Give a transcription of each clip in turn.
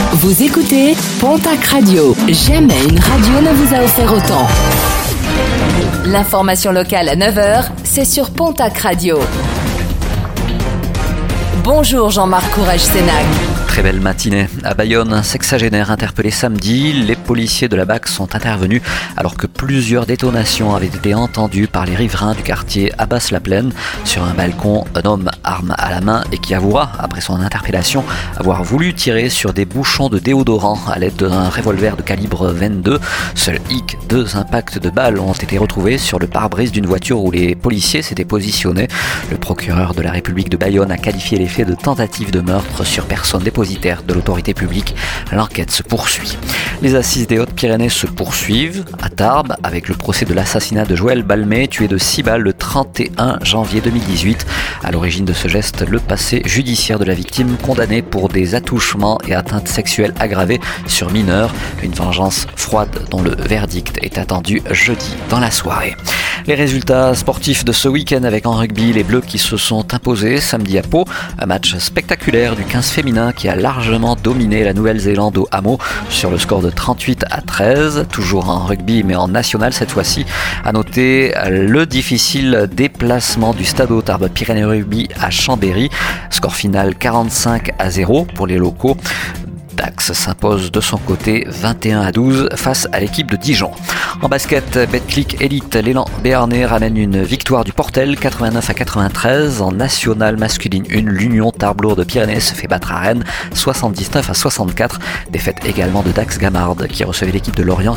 Vous écoutez Pontac Radio. Jamais une radio ne vous a offert autant. L'information locale à 9h, c'est sur Pontac Radio. Bonjour Jean-Marc Courage-Sénac. Très belle matinée. À Bayonne, un sexagénaire interpellé samedi. Les policiers de la BAC sont intervenus alors que plusieurs détonations avaient été entendues par les riverains du quartier Abbas-la-Plaine. Sur un balcon, un homme arme à la main et qui avouera, après son interpellation, avoir voulu tirer sur des bouchons de déodorant à l'aide d'un revolver de calibre 22. Seul hic, 2 impacts de balles ont été retrouvés sur le pare-brise d'une voiture où les policiers s'étaient positionnés. Le procureur de la République de Bayonne a qualifié les faits de tentative de meurtre sur personne dépositaire de l'autorité publique. L'enquête se poursuit. Les assises des Hautes-Pyrénées se poursuivent à Tarbes avec le procès de l'assassinat de Joël Balmé, tué de 6 balles le 31 janvier 2018. À l'origine de ce geste, le passé judiciaire de la victime, condamnée pour des attouchements et atteintes sexuelles aggravées sur mineurs. Une vengeance froide dont le verdict est attendu jeudi dans la soirée. Les résultats sportifs de ce week-end avec en rugby les Bleus qui se sont imposés samedi à Pau. Un match spectaculaire du 15 féminin qui a largement dominé la Nouvelle-Zélande au Hameau sur le score de 38-13. Toujours en rugby mais en national cette fois-ci. À noter le difficile déplacement du Stade Tarbes Pyrénées Rugby à Chambéry. Score final 45-0 pour les locaux. Dax s'impose de son côté 21-12 face à l'équipe de Dijon. En basket, Betclic Elite, l'élan béarnais ramène une victoire du Portel 89-93. En nationale masculine 1, l'Union Tarbes-Lourdes Pyrénées se fait battre à Rennes 79-64. Défaite également de Dax Gamarde qui recevait l'équipe de Lorient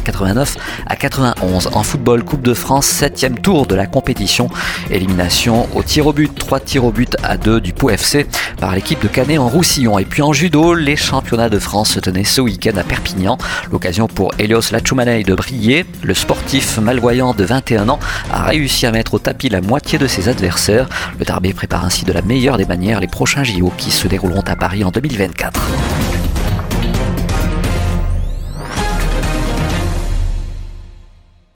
89-91. En football, Coupe de France, 7e tour de la compétition. Élimination au tir au but, 3 tirs au but à 2 du Pau FC par l'équipe de Canet en Roussillon. Et puis en judo, les championnats de France se tenait ce week-end à Perpignan. L'occasion pour Elios Lachoumanei de briller. Le sportif malvoyant de 21 ans a réussi à mettre au tapis la moitié de ses adversaires. Le Tarbais prépare ainsi de la meilleure des manières les prochains JO qui se dérouleront à Paris en 2024.